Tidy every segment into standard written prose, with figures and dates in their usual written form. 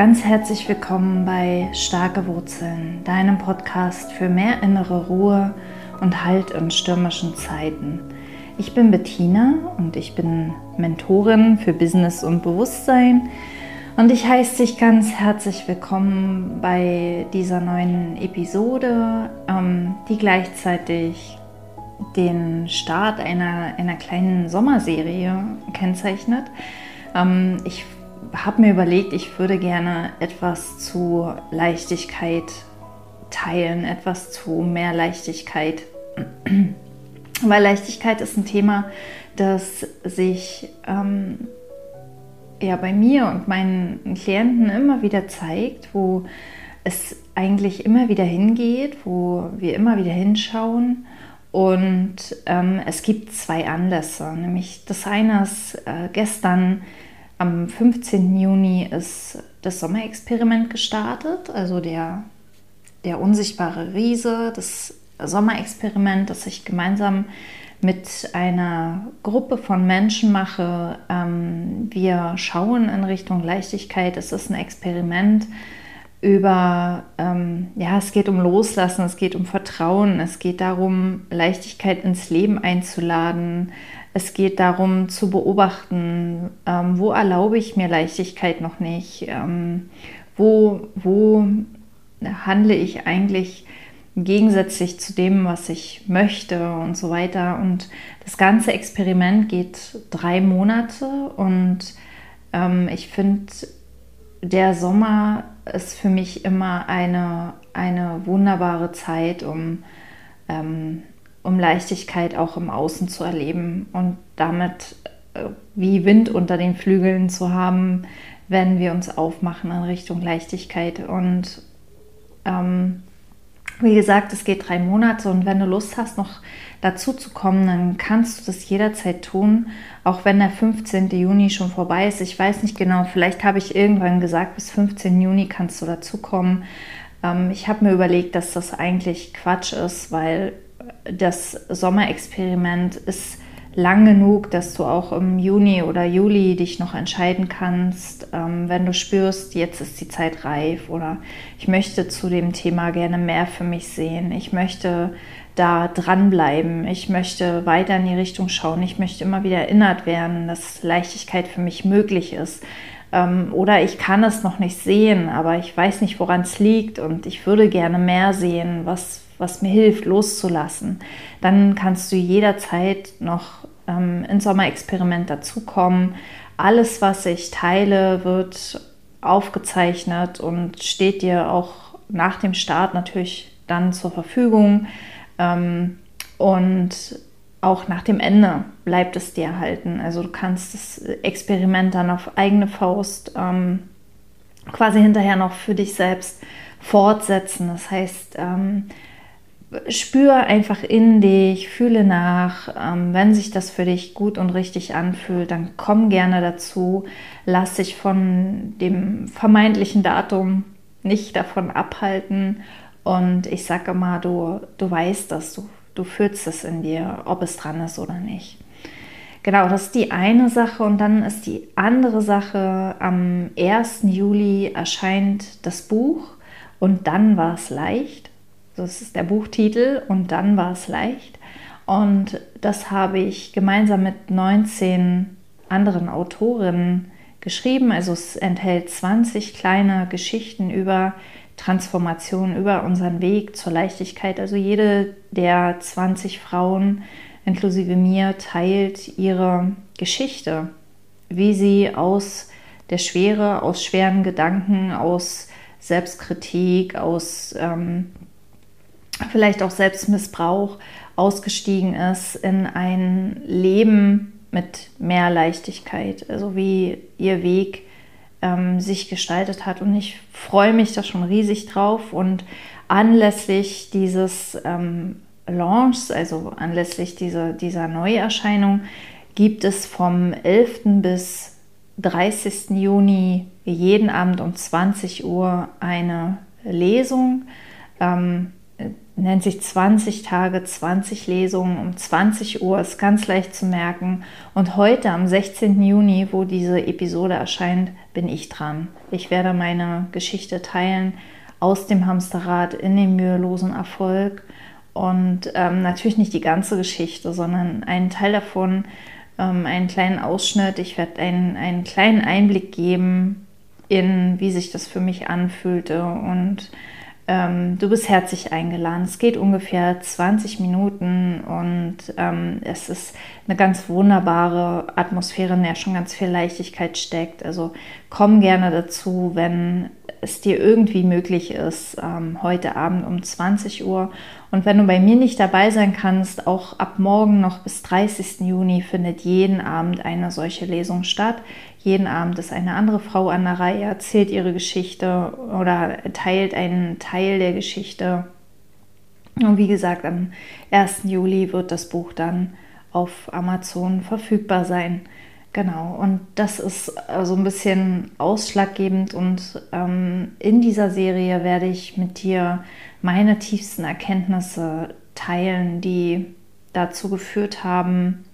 Ganz herzlich willkommen bei Starke Wurzeln, deinem Podcast für mehr innere Ruhe und Halt in stürmischen Zeiten. Ich bin Bettina und ich bin Mentorin für Business und Bewusstsein und ich heiße dich ganz herzlich willkommen bei dieser neuen Episode, die gleichzeitig den Start einer kleinen Sommerserie kennzeichnet. Ich habe mir überlegt, ich würde gerne etwas zu Leichtigkeit teilen, etwas zu mehr Leichtigkeit. Weil Leichtigkeit ist ein Thema, das sich bei mir und meinen Klienten immer wieder zeigt, wo es eigentlich immer wieder hingeht, wo wir immer wieder hinschauen. Und es gibt zwei Anlässe, nämlich das eine ist gestern. Am 15. Juni ist das Sommerexperiment gestartet, also der unsichtbare Riese, das Sommerexperiment, das ich gemeinsam mit einer Gruppe von Menschen mache. Wir schauen in Richtung Leichtigkeit. Es ist ein Experiment über, es geht um Loslassen, es geht um Vertrauen, es geht darum, Leichtigkeit ins Leben einzuladen. Es geht darum zu beobachten, wo erlaube ich mir Leichtigkeit noch nicht, wo handle ich eigentlich gegensätzlich zu dem, was ich möchte und so weiter. Und das ganze Experiment geht 3 Monate und ich finde, der Sommer ist für mich immer eine wunderbare Zeit, um Leichtigkeit auch im Außen zu erleben und damit wie Wind unter den Flügeln zu haben, wenn wir uns aufmachen in Richtung Leichtigkeit. Und wie gesagt, es geht 3 Monate und wenn du Lust hast, noch dazu zu kommen, dann kannst du das jederzeit tun, auch wenn der 15. Juni schon vorbei ist. Ich weiß nicht genau, vielleicht habe ich irgendwann gesagt, bis 15. Juni kannst du dazukommen. Ich habe mir überlegt, dass das eigentlich Quatsch ist, weil das Sommerexperiment ist lang genug, dass du auch im Juni oder Juli dich noch entscheiden kannst, wenn du spürst, jetzt ist die Zeit reif oder ich möchte zu dem Thema gerne mehr für mich sehen, ich möchte da dranbleiben, ich möchte weiter in die Richtung schauen, ich möchte immer wieder erinnert werden, dass Leichtigkeit für mich möglich ist. Oder ich kann es noch nicht sehen, aber ich weiß nicht, woran es liegt und ich würde gerne mehr sehen, was mir hilft, loszulassen. Dann kannst du jederzeit noch ins Sommerexperiment dazukommen. Alles, was ich teile, wird aufgezeichnet und steht dir auch nach dem Start natürlich dann zur Verfügung. Und auch nach dem Ende bleibt es dir erhalten. Also du kannst das Experiment dann auf eigene Faust quasi hinterher noch für dich selbst fortsetzen. Das heißt, spür einfach in dich, fühle nach. Wenn sich das für dich gut und richtig anfühlt, dann komm gerne dazu. Lass dich von dem vermeintlichen Datum nicht davon abhalten. Und ich sage immer, du weißt das, du fühlst es in dir, ob es dran ist oder nicht. Genau, das ist die eine Sache. Und dann ist die andere Sache, am 1. Juli erscheint das Buch und dann war es leicht. Das ist der Buchtitel und dann war es leicht. Und das habe ich gemeinsam mit 19 anderen Autorinnen geschrieben. Also es enthält 20 kleine Geschichten über Transformation, über unseren Weg zur Leichtigkeit. Also jede der 20 Frauen, inklusive mir, teilt ihre Geschichte, wie sie aus der Schwere, aus schweren Gedanken, aus Selbstkritik, aus vielleicht auch Selbstmissbrauch ausgestiegen ist in ein Leben mit mehr Leichtigkeit, also wie ihr Weg sich gestaltet hat. Und ich freue mich da schon riesig drauf. Und anlässlich dieses Launchs, also anlässlich dieser Neuerscheinung, gibt es vom 11. bis 30. Juni jeden Abend um 20 Uhr eine Lesung. nennt sich 20 Tage, 20 Lesungen um 20 Uhr, ist ganz leicht zu merken. Und heute am 16. Juni, wo diese Episode erscheint, bin ich dran. Ich werde meine Geschichte teilen aus dem Hamsterrad in den mühelosen Erfolg und natürlich nicht die ganze Geschichte, sondern einen Teil davon, einen kleinen Ausschnitt. Ich werde einen kleinen Einblick geben in, wie sich das für mich anfühlte, und du bist herzlich eingeladen. Es geht ungefähr 20 Minuten und es ist eine ganz wunderbare Atmosphäre, in der schon ganz viel Leichtigkeit steckt. Also komm gerne dazu, wenn es dir irgendwie möglich ist, heute Abend um 20 Uhr. Und wenn du bei mir nicht dabei sein kannst, auch ab morgen noch bis 30. Juni findet jeden Abend eine solche Lesung statt. Jeden Abend ist eine andere Frau an der Reihe, erzählt ihre Geschichte oder teilt einen Teil der Geschichte. Und wie gesagt, am 1. Juli wird das Buch dann auf Amazon verfügbar sein. Genau, und das ist so ein bisschen ausschlaggebend, und in dieser Serie werde ich mit dir meine tiefsten Erkenntnisse teilen, die dazu geführt haben,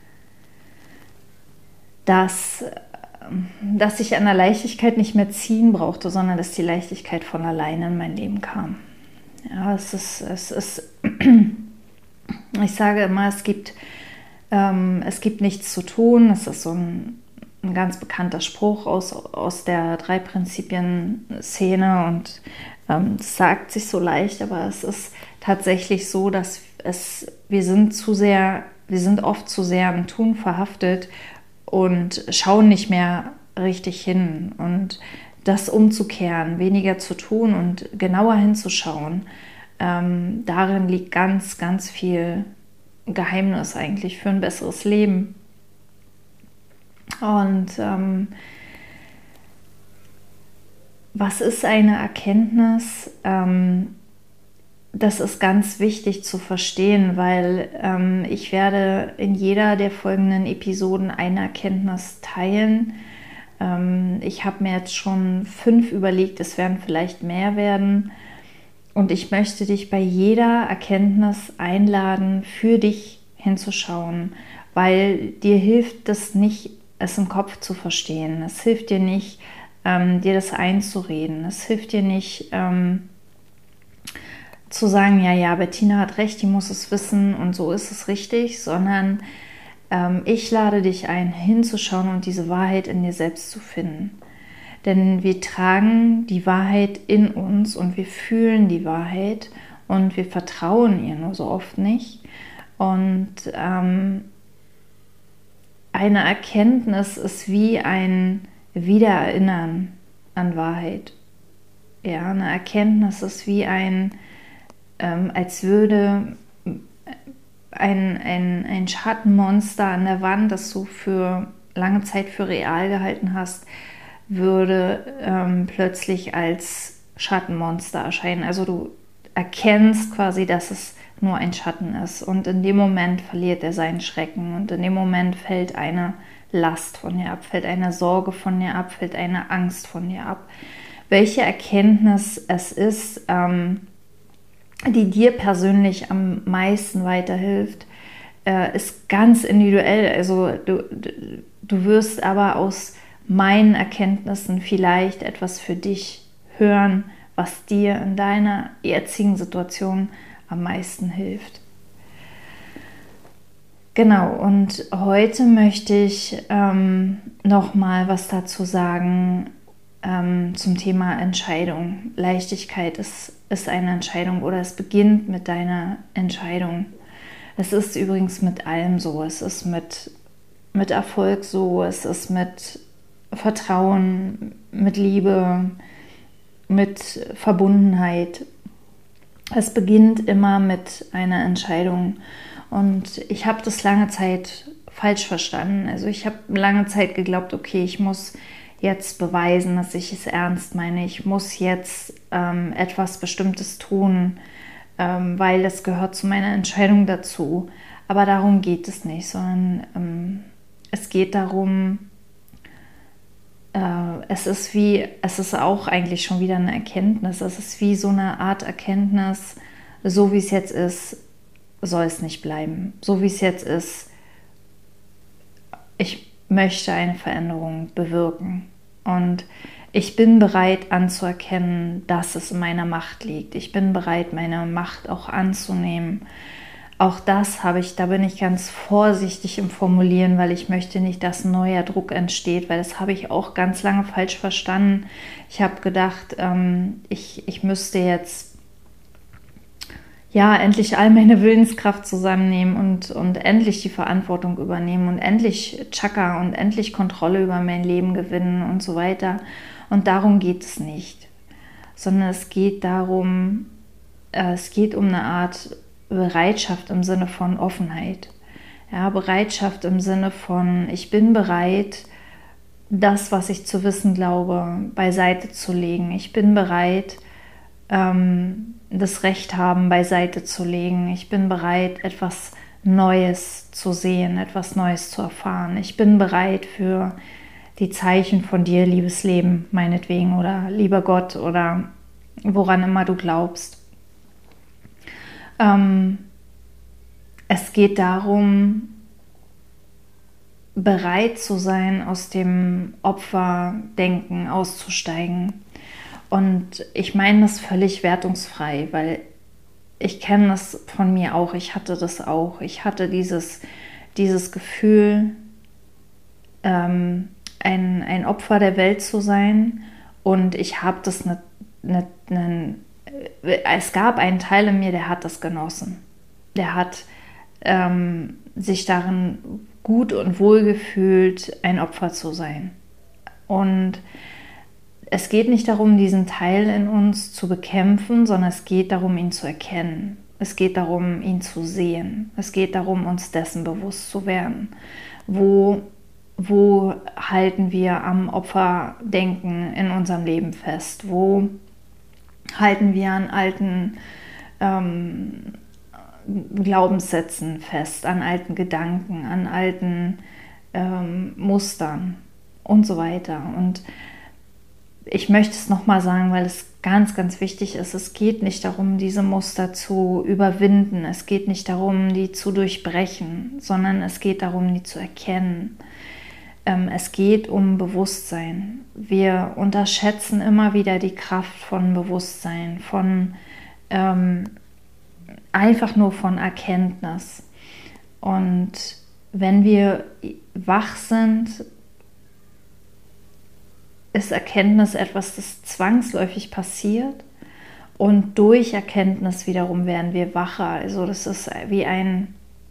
dass ich an der Leichtigkeit nicht mehr ziehen brauchte, sondern dass die Leichtigkeit von alleine in mein Leben kam. Ja, es ist ich sage immer, es gibt nichts zu tun. Es ist so ein ganz bekannter Spruch aus der Drei-Prinzipien-Szene, und es sagt sich so leicht, aber es ist tatsächlich so, dass wir sind oft zu sehr im Tun verhaftet und schauen nicht mehr richtig hin. Und das umzukehren, weniger zu tun und genauer hinzuschauen, darin liegt ganz, ganz viel Geheimnis eigentlich für ein besseres Leben. Und was ist eine Erkenntnis? Das ist ganz wichtig zu verstehen, weil ich werde in jeder der folgenden Episoden eine Erkenntnis teilen. Ich habe mir jetzt schon 5 überlegt, es werden vielleicht mehr werden. Und ich möchte dich bei jeder Erkenntnis einladen, für dich hinzuschauen, weil dir hilft es nicht, es im Kopf zu verstehen. Es hilft dir nicht, dir das einzureden. Es hilft dir nicht, zu sagen, ja, Bettina hat recht, die muss es wissen und so ist es richtig, sondern ich lade dich ein, hinzuschauen und diese Wahrheit in dir selbst zu finden. Denn wir tragen die Wahrheit in uns und wir fühlen die Wahrheit und wir vertrauen ihr nur so oft nicht. Und eine Erkenntnis ist wie ein Wiedererinnern an Wahrheit. Ja, eine Erkenntnis ist wie als würde ein Schattenmonster an der Wand, das du für lange Zeit für real gehalten hast, würde plötzlich als Schattenmonster erscheinen. Also du erkennst quasi, dass es nur ein Schatten ist, und in dem Moment verliert er seinen Schrecken und in dem Moment fällt eine Last von dir ab, fällt eine Sorge von dir ab, fällt eine Angst von dir ab. Welche Erkenntnis es ist, die dir persönlich am meisten weiterhilft, ist ganz individuell. Also du wirst aber aus meinen Erkenntnissen vielleicht etwas für dich hören, was dir in deiner jetzigen Situation am meisten hilft. Genau, und heute möchte ich nochmal was dazu sagen zum Thema Entscheidung. Leichtigkeit ist eine Entscheidung, oder es beginnt mit deiner Entscheidung. Es ist übrigens mit allem so. Es ist mit Erfolg so, es ist mit Vertrauen, mit Liebe, mit Verbundenheit. Es beginnt immer mit einer Entscheidung. Und ich habe das lange Zeit falsch verstanden. Also ich habe lange Zeit geglaubt, okay, ich muss jetzt beweisen, dass ich es ernst meine. Ich muss jetzt etwas Bestimmtes tun, weil das gehört zu meiner Entscheidung dazu. Aber darum geht es nicht, sondern es geht darum, es ist auch eigentlich schon wieder eine Erkenntnis. Es ist wie so eine Art Erkenntnis, so wie es jetzt ist, soll es nicht bleiben. So wie es jetzt ist, ich möchte eine Veränderung bewirken. Und ich bin bereit anzuerkennen, dass es in meiner Macht liegt. Ich bin bereit, meine Macht auch anzunehmen. Auch das da bin ich ganz vorsichtig im Formulieren, weil ich möchte nicht, dass ein neuer Druck entsteht, weil das habe ich auch ganz lange falsch verstanden. Ich habe gedacht, ich müsste jetzt endlich all meine Willenskraft zusammennehmen und endlich die Verantwortung übernehmen und endlich Chakra und endlich Kontrolle über mein Leben gewinnen und so weiter. Und darum geht es nicht, sondern es geht um eine Art Bereitschaft im Sinne von Offenheit. Ja, Bereitschaft im Sinne von, ich bin bereit, das, was ich zu wissen glaube, beiseite zu legen. Ich bin bereit, das Recht haben beiseite zu legen. Ich bin bereit, etwas Neues zu sehen, etwas Neues zu erfahren. Ich bin bereit für die Zeichen von dir, liebes Leben, meinetwegen, oder lieber Gott, oder woran immer du glaubst. Es geht darum, bereit zu sein, aus dem Opferdenken auszusteigen. Und ich meine das völlig wertungsfrei, weil ich kenne das von mir auch. Ich hatte das auch. Ich hatte dieses Gefühl, ein Opfer der Welt zu sein. Und ich habe das es gab einen Teil in mir, der hat das genossen. Der hat sich darin gut und wohl gefühlt, ein Opfer zu sein. Und es geht nicht darum, diesen Teil in uns zu bekämpfen, sondern es geht darum, ihn zu erkennen. Es geht darum, ihn zu sehen. Es geht darum, uns dessen bewusst zu werden. Wo halten wir am Opferdenken in unserem Leben fest? Wo halten wir an alten Glaubenssätzen fest, an alten Gedanken, an alten Mustern und so weiter. Und ich möchte es nochmal sagen, weil es ganz, ganz wichtig ist. Es geht nicht darum, diese Muster zu überwinden. Es geht nicht darum, die zu durchbrechen, sondern es geht darum, die zu erkennen. Es geht um Bewusstsein. Wir unterschätzen immer wieder die Kraft von Bewusstsein, von einfach nur von Erkenntnis. Und wenn wir wach sind, ist Erkenntnis etwas, das zwangsläufig passiert. Und durch Erkenntnis wiederum werden wir wacher. Also das ist wie ein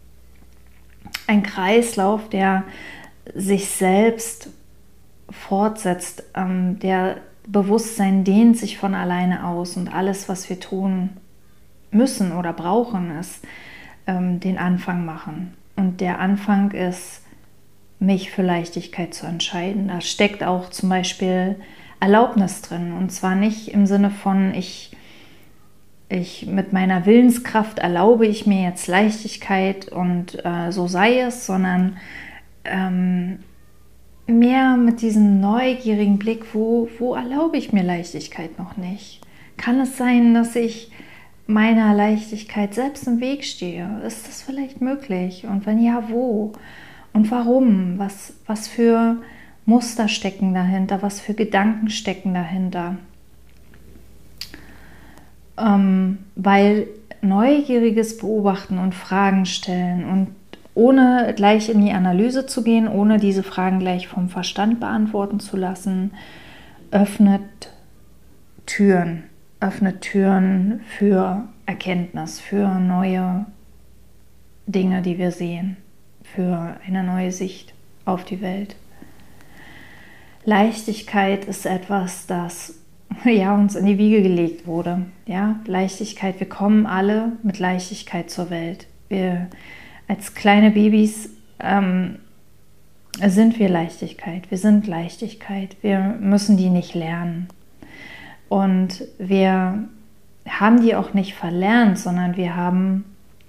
Kreislauf, der sich selbst fortsetzt. Der Bewusstsein dehnt sich von alleine aus. Und alles, was wir tun müssen oder brauchen, ist den Anfang machen. Und der Anfang ist, mich für Leichtigkeit zu entscheiden. Da steckt auch zum Beispiel Erlaubnis drin. Und zwar nicht im Sinne von, ich mit meiner Willenskraft erlaube ich mir jetzt Leichtigkeit und so sei es, sondern mehr mit diesem neugierigen Blick, wo erlaube ich mir Leichtigkeit noch nicht? Kann es sein, dass ich meiner Leichtigkeit selbst im Weg stehe? Ist das vielleicht möglich? Und wenn ja, wo? Und warum? Was für Muster stecken dahinter? Was für Gedanken stecken dahinter? Weil neugieriges Beobachten und Fragen stellen und ohne gleich in die Analyse zu gehen, ohne diese Fragen gleich vom Verstand beantworten zu lassen, öffnet Türen für Erkenntnis, für neue Dinge, die wir sehen, für eine neue Sicht auf die Welt. Leichtigkeit ist etwas, das uns in die Wiege gelegt wurde. Ja, Leichtigkeit, wir kommen alle mit Leichtigkeit zur Welt. Wir als kleine Babys sind wir Leichtigkeit. Wir sind Leichtigkeit. Wir müssen die nicht lernen. Und wir haben die auch nicht verlernt, sondern wir haben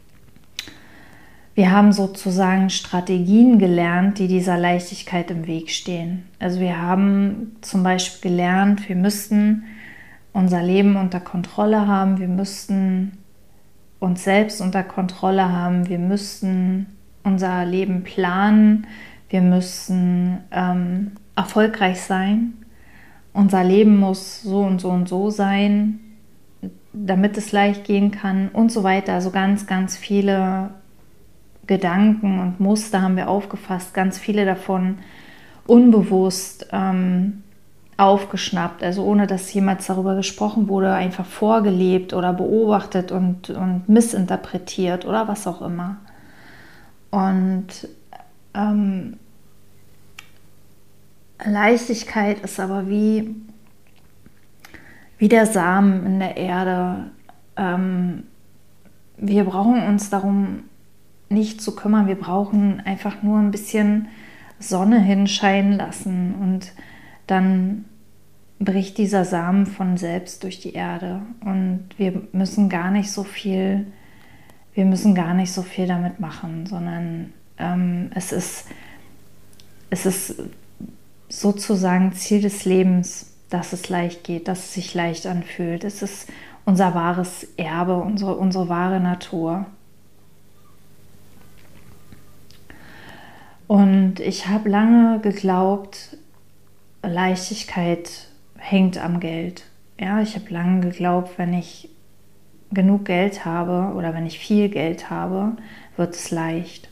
sozusagen Strategien gelernt, die dieser Leichtigkeit im Weg stehen. Also wir haben zum Beispiel gelernt, wir müssten unser Leben unter Kontrolle haben, wir müssten uns selbst unter Kontrolle haben. Wir müssen unser Leben planen. Wir müssen erfolgreich sein. Unser Leben muss so und so und so sein, damit es leicht gehen kann und so weiter. Also ganz, ganz viele Gedanken und Muster haben wir aufgefasst, ganz viele davon unbewusst aufgeschnappt, also ohne dass jemals darüber gesprochen wurde, einfach vorgelebt oder beobachtet und missinterpretiert oder was auch immer. Und Leichtigkeit ist aber wie der Samen in der Erde. Wir brauchen uns darum nicht zu kümmern, wir brauchen einfach nur ein bisschen Sonne hinscheinen lassen und dann bricht dieser Samen von selbst durch die Erde und wir müssen gar nicht so viel damit machen, sondern es ist sozusagen Ziel des Lebens, dass es leicht geht, dass es sich leicht anfühlt. Es ist unser wahres Erbe, unsere wahre Natur. Und ich habe lange geglaubt, Leichtigkeit hängt am Geld. Ja, ich habe lange geglaubt, wenn ich genug Geld habe oder wenn ich viel Geld habe, wird es leicht.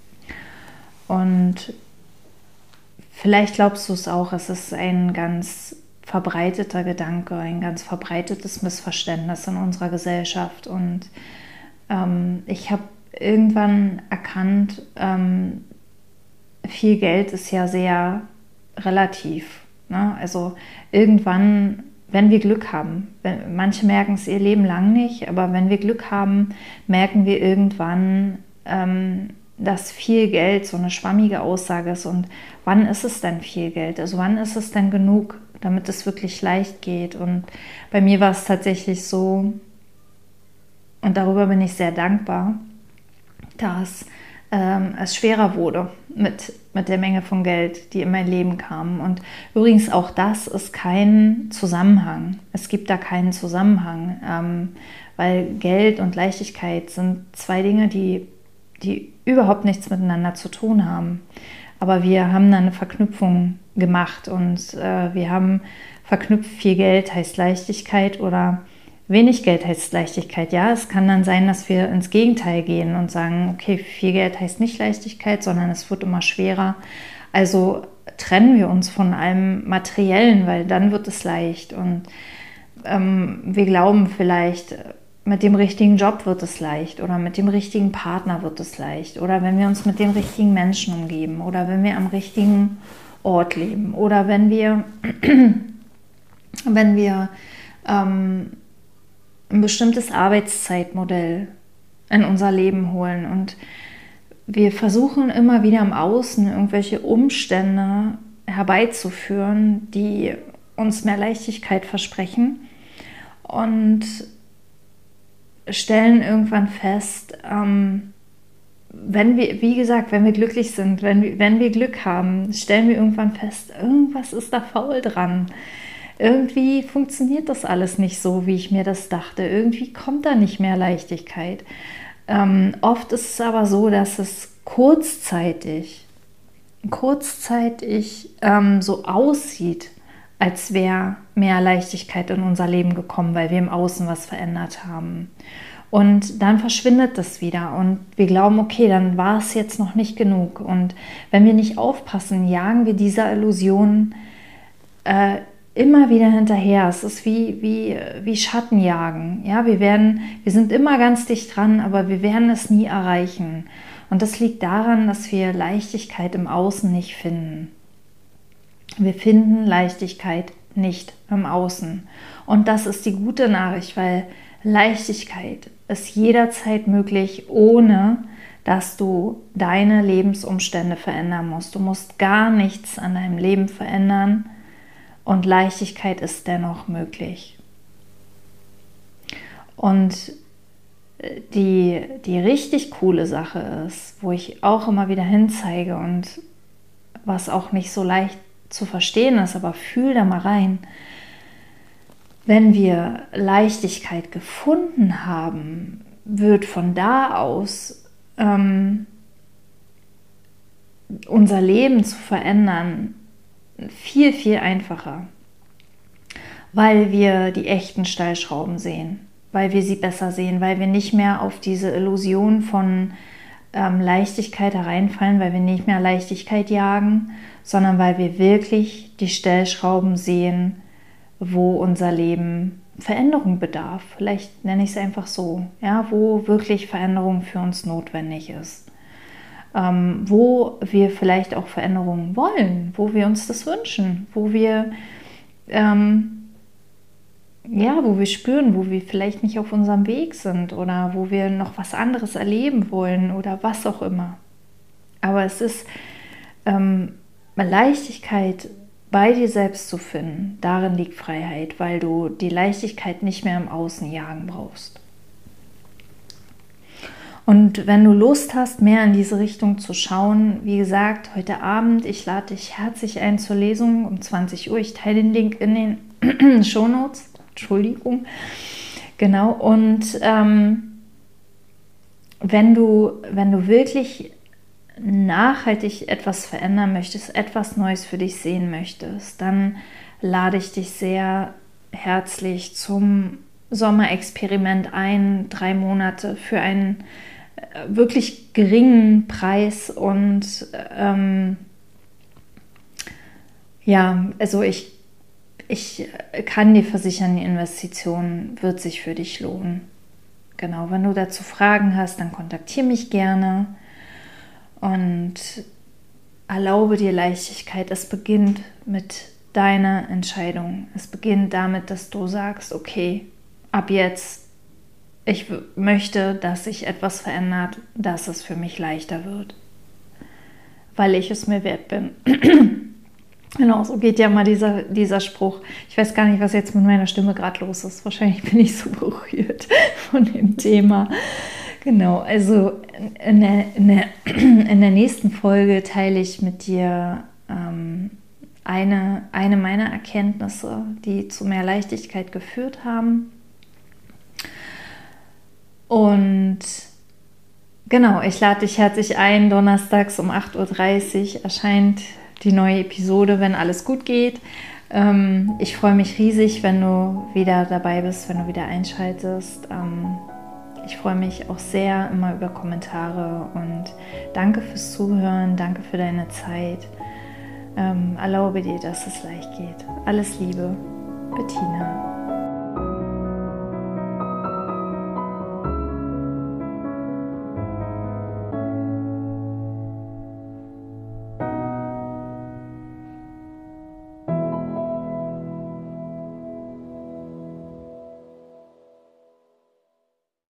Und vielleicht glaubst du es auch, es ist ein ganz verbreiteter Gedanke, ein ganz verbreitetes Missverständnis in unserer Gesellschaft. Und ich habe irgendwann erkannt, viel Geld ist ja sehr relativ. Ne? Also irgendwann, wenn wir Glück haben, manche merken es ihr Leben lang nicht, aber wenn wir Glück haben, merken wir irgendwann, dass viel Geld so eine schwammige Aussage ist. Und wann ist es denn viel Geld? Also wann ist es denn genug, damit es wirklich leicht geht? Und bei mir war es tatsächlich so, und darüber bin ich sehr dankbar, dass es schwerer wurde mit der Menge von Geld, die in mein Leben kam. Und übrigens auch das ist kein Zusammenhang. Es gibt da keinen Zusammenhang, weil Geld und Leichtigkeit sind zwei Dinge, die überhaupt nichts miteinander zu tun haben. Aber wir haben da eine Verknüpfung gemacht und wir haben verknüpft, viel Geld heißt Leichtigkeit oder wenig Geld heißt Leichtigkeit. Ja, es kann dann sein, dass wir ins Gegenteil gehen und sagen, okay, viel Geld heißt nicht Leichtigkeit, sondern es wird immer schwerer. Also trennen wir uns von allem Materiellen, weil dann wird es leicht. Und wir glauben vielleicht, mit dem richtigen Job wird es leicht oder mit dem richtigen Partner wird es leicht oder wenn wir uns mit den richtigen Menschen umgeben oder wenn wir am richtigen Ort leben oder wenn wir ein bestimmtes Arbeitszeitmodell in unser Leben holen. Und wir versuchen immer wieder im Außen irgendwelche Umstände herbeizuführen, die uns mehr Leichtigkeit versprechen und stellen irgendwann fest, wenn wir glücklich sind, wenn wir Glück haben, stellen wir irgendwann fest, irgendwas ist da faul dran. Irgendwie funktioniert das alles nicht so, wie ich mir das dachte. Irgendwie kommt da nicht mehr Leichtigkeit. Oft ist es aber so, dass es kurzzeitig so aussieht, als wäre mehr Leichtigkeit in unser Leben gekommen, weil wir im Außen was verändert haben. Und dann verschwindet das wieder und wir glauben, okay, dann war es jetzt noch nicht genug. Und wenn wir nicht aufpassen, jagen wir dieser Illusion immer wieder hinterher. Es ist wie Schattenjagen. Ja, wir sind immer ganz dicht dran, aber wir werden es nie erreichen. Und das liegt daran, dass wir Leichtigkeit im Außen nicht finden. Wir finden Leichtigkeit nicht im Außen. Und das ist die gute Nachricht, weil Leichtigkeit ist jederzeit möglich, ohne dass du deine Lebensumstände verändern musst. Du musst gar nichts an deinem Leben verändern und Leichtigkeit ist dennoch möglich. Und die richtig coole Sache ist, wo ich auch immer wieder hinzeige und was auch nicht so leicht zu verstehen ist, aber fühl da mal rein. Wenn wir Leichtigkeit gefunden haben, wird von da aus unser Leben zu verändern viel, viel einfacher, weil wir die echten Stellschrauben sehen, weil wir sie besser sehen, weil wir nicht mehr auf diese Illusion von Leichtigkeit hereinfallen, weil wir nicht mehr Leichtigkeit jagen, sondern weil wir wirklich die Stellschrauben sehen, wo unser Leben Veränderung bedarf. Vielleicht nenne ich es einfach so, ja, wo wirklich Veränderung für uns notwendig ist. Wo wir vielleicht auch Veränderungen wollen, wo wir uns das wünschen, wo wir wo wir spüren, wo wir vielleicht nicht auf unserem Weg sind oder wo wir noch was anderes erleben wollen oder was auch immer. Aber es ist Leichtigkeit bei dir selbst zu finden, darin liegt Freiheit, weil du die Leichtigkeit nicht mehr im Außen jagen brauchst. Und wenn du Lust hast, mehr in diese Richtung zu schauen, wie gesagt, heute Abend, ich lade dich herzlich ein zur Lesung um 20 Uhr. Ich teile den Link in den Shownotes. Entschuldigung. Genau. Und wenn du wirklich nachhaltig etwas verändern möchtest, etwas Neues für dich sehen möchtest, dann lade ich dich sehr herzlich zum Sommerexperiment ein, 3 Monate für einen wirklich geringen Preis und also ich kann dir versichern, die Investition wird sich für dich lohnen. Genau, wenn du dazu Fragen hast, dann kontaktiere mich gerne und erlaube dir Leichtigkeit. Es beginnt mit deiner Entscheidung. Es beginnt damit, dass du sagst, okay, ab jetzt, ich möchte, dass sich etwas verändert, dass es für mich leichter wird, weil ich es mir wert bin. Genau, so geht ja mal dieser Spruch. Ich weiß gar nicht, was jetzt mit meiner Stimme gerade los ist. Wahrscheinlich bin ich so berührt von dem Thema. Genau, also in der nächsten Folge teile ich mit dir eine meiner Erkenntnisse, die zu mehr Leichtigkeit geführt haben. Und genau, ich lade dich herzlich ein. Donnerstags um 8:30 Uhr erscheint die neue Episode, wenn alles gut geht. Ich freue mich riesig, wenn du wieder dabei bist, wenn du wieder einschaltest. Ich freue mich auch sehr immer über Kommentare und danke fürs Zuhören, danke für deine Zeit. Erlaube dir, dass es leicht geht. Alles Liebe, Bettina.